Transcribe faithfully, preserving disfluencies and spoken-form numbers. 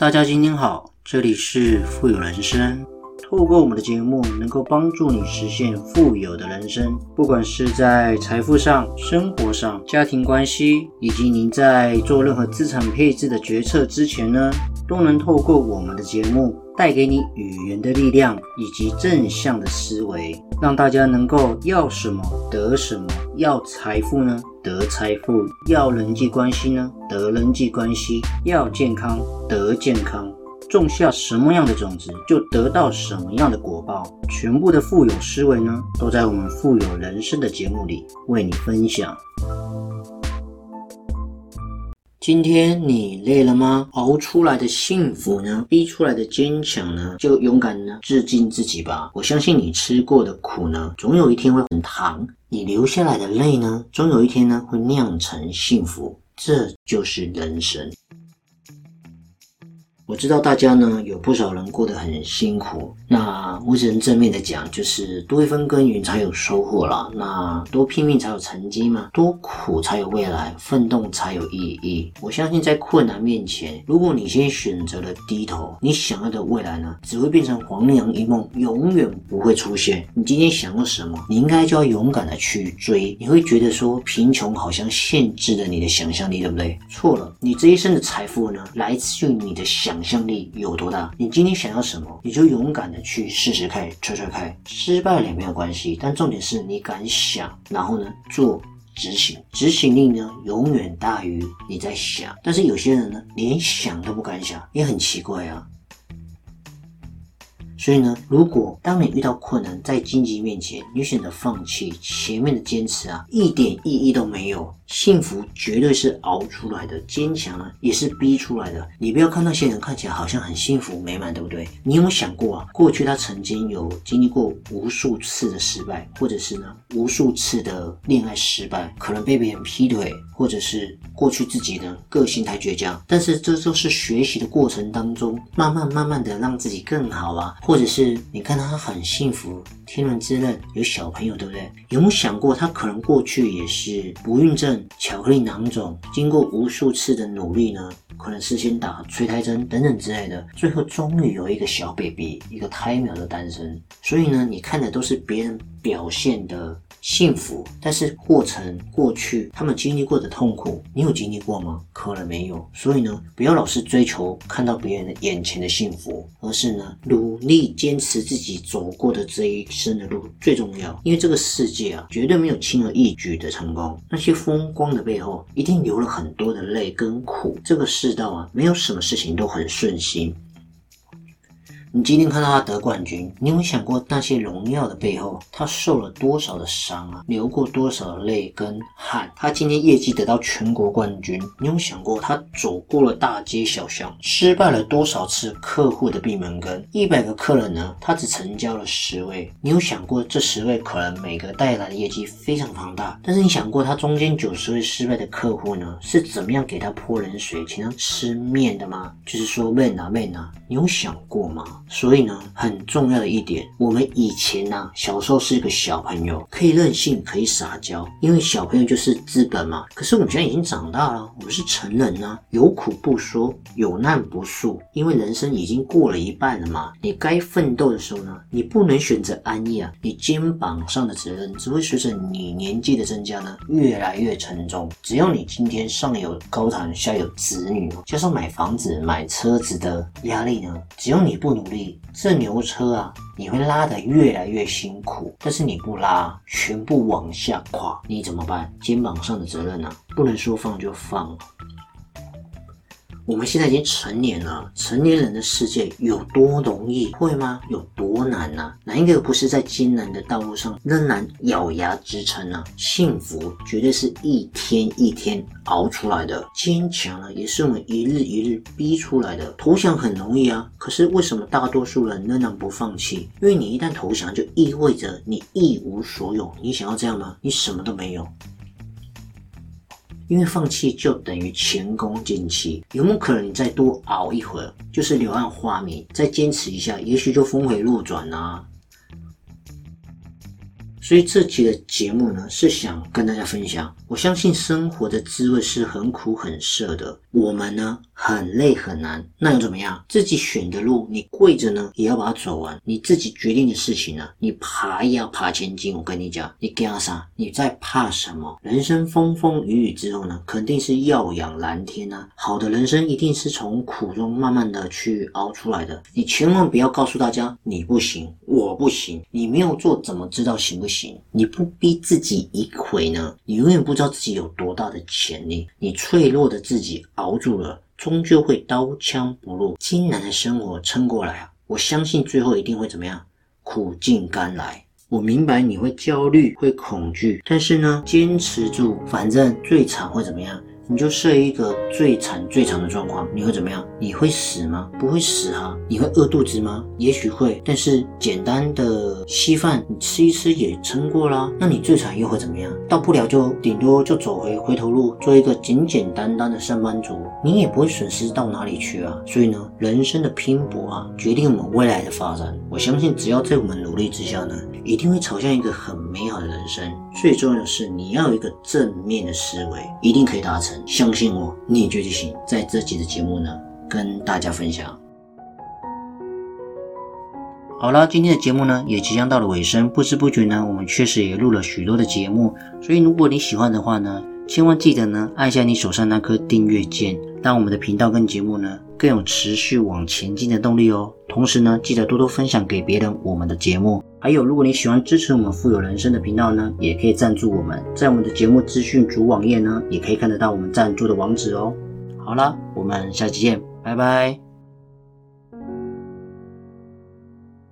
大家今天好，这里是富有人生。透过我们的节目，能够帮助你实现富有的人生，不管是在财富上、生活上、家庭关系，以及您在做任何资产配置的决策之前呢，都能透过我们的节目带给你语言的力量以及正向的思维，让大家能够要什么得什么，要财富呢得财富，要人际关系呢得人际关系，要健康得健康。种下什么样的种子，就得到什么样的果报。全部的富有思维呢，都在我们富有人生的节目里为你分享。今天你累了吗？熬出来的幸福呢，逼出来的坚强呢，就勇敢呢致敬自己吧。我相信你吃过的苦呢，总有一天会很糖；你流下来的泪呢，总有一天呢会酿成幸福。这就是人生。我知道大家呢有不少人过得很辛苦，那我只能正面的讲，就是多一分耕耘才有收获啦。那多拼命才有成绩嘛，多苦才有未来，奋斗才有意义。我相信在困难面前，如果你先选择了低头，你想要的未来呢，只会变成黄粱一梦，永远不会出现。你今天想要什么，你应该就要勇敢的去追。你会觉得说贫穷好像限制了你的想象力，对不对？错了，你这一生的财富呢，来自于你的想象力有多大。你今天想要什么，你就勇敢的去试试看，踹踹看，失败了也没有关系，但重点是你敢想，然后呢做执行，执行力呢永远大于你在想。但是有些人呢连想都不敢想，也很奇怪啊。所以呢，如果当你遇到困难，在荆棘面前，你选择放弃，前面的坚持啊，一点意义都没有。幸福绝对是熬出来的，坚强呢也是逼出来的。你不要看那些人看起来好像很幸福美满，对不对？你有没有想过啊，过去他曾经有经历过无数次的失败，或者是呢无数次的恋爱失败，可能被别人劈腿，或者是过去自己呢个性太倔强，但是这都是学习的过程当中，慢慢慢慢的让自己更好啊。或者是你看他很幸福，天伦之乐，有小朋友，对不对？有没有想过他可能过去也是不孕症、巧克力囊肿，经过无数次的努力呢，可能是先打催胎针等等之类的，最后终于有一个小 baby， 一个胎苗的诞生。所以呢，你看的都是别人表现的幸福，但是过程过去他们经历过的痛苦，你有经历过吗？可能没有。所以呢，不要老是追求看到别人的眼前的幸福，而是呢努力坚持自己走过的这一生的路最重要。因为这个世界啊，绝对没有轻而易举的成功，那些风光的背后一定流了很多的泪跟苦。这个世道啊，没有什么事情都很顺心。你今天看到他得冠军，你有没有想过那些荣耀的背后，他受了多少的伤啊，流过多少的泪跟汗？他今天业绩得到全国冠军，你有没有想过他走过了大街小巷，失败了多少次客户的闭门羹？一百个客人呢，他只成交了十位。你有想过这十位可能每个带来的业绩非常庞大，但是你想过他中间九十位失败的客户呢，是怎么样给他泼冷水，请他吃面的吗？就是说面啊面啊，你有想过吗？所以呢，很重要的一点，我们以前啊，小时候是一个小朋友，可以任性，可以撒娇，因为小朋友就是资本嘛。可是我们现在已经长大了，我们是成人啊，有苦不说，有难不诉，因为人生已经过了一半了嘛。你该奋斗的时候呢，你不能选择安逸啊，你肩膀上的责任只会随着你年纪的增加呢，越来越沉重。只要你今天上有高堂，下有子女，加上买房子、买车子的压力呢，只要你不努力，这牛车啊，你会拉得越来越辛苦，但是你不拉，全部往下垮，你怎么办？肩膀上的责任啊，不能说放就放。我们现在已经成年了，成年人的世界有多容易？会吗？有多难啊？哪一个不是在艰难的道路上仍然咬牙支撑啊？幸福绝对是一天一天熬出来的，坚强呢也是我们一日一日逼出来的。投降很容易啊，可是为什么大多数人仍然不放弃？因为你一旦投降，就意味着你一无所有。你想要这样吗？你什么都没有。因为放弃就等于前功尽弃，有没有可能你再多熬一会儿，就是柳暗花明，再坚持一下，也许就峰回路转啊。所以这期的节目呢，是想跟大家分享，我我相信生活的滋味是很苦很涩的，我们呢很累很难，那又怎么样？自己选的路，你跪着呢也要把它走完，你自己决定的事情呢，你爬也要爬前进。我跟你讲，你怕啥？你在怕什么？人生风风雨雨之后呢，肯定是耀阳蓝天啊！好的人生一定是从苦中慢慢的去熬出来的。你千万不要告诉大家你不行，我不行，你没有做怎么知道行不行？你不逼自己一回呢，你永远不知道自己有多大的潜力。你脆弱的自己熬住了，终究会刀枪不入，艰难的生活撑过来啊！我相信最后一定会怎么样？苦尽甘来。我明白你会焦虑，会恐惧，但是呢，坚持住，反正最惨会怎么样？你就设一个最惨最惨的状况，你会怎么样？你会死吗？不会死啊。你会饿肚子吗？也许会，但是简单的稀饭你吃一吃也撑过啦。那你最惨又会怎么样？到不了就顶多就走回回头路，做一个简简单单的上班族，你也不会损失到哪里去啊。所以呢，人生的拼搏啊，决定我们未来的发展。我相信只要在我们努力之下呢，一定会朝向一个很美好的人生。最重要的是你要有一个正面的思维，一定可以达成。相信我，你绝对行。在这集的节目呢，跟大家分享。好了，今天的节目呢也即将到了尾声，不知不觉呢，我们确实也录了许多的节目。所以如果你喜欢的话呢，千万记得呢按下你手上那颗订阅键，让我们的频道跟节目呢更有持续往前进的动力哦。同时呢，记得多多分享给别人我们的节目。还有，如果你喜欢支持我们富有人生的频道呢，也可以赞助我们，在我们的节目资讯主网页呢，也可以看得到我们赞助的网址哦。好啦，我们下期见，拜拜。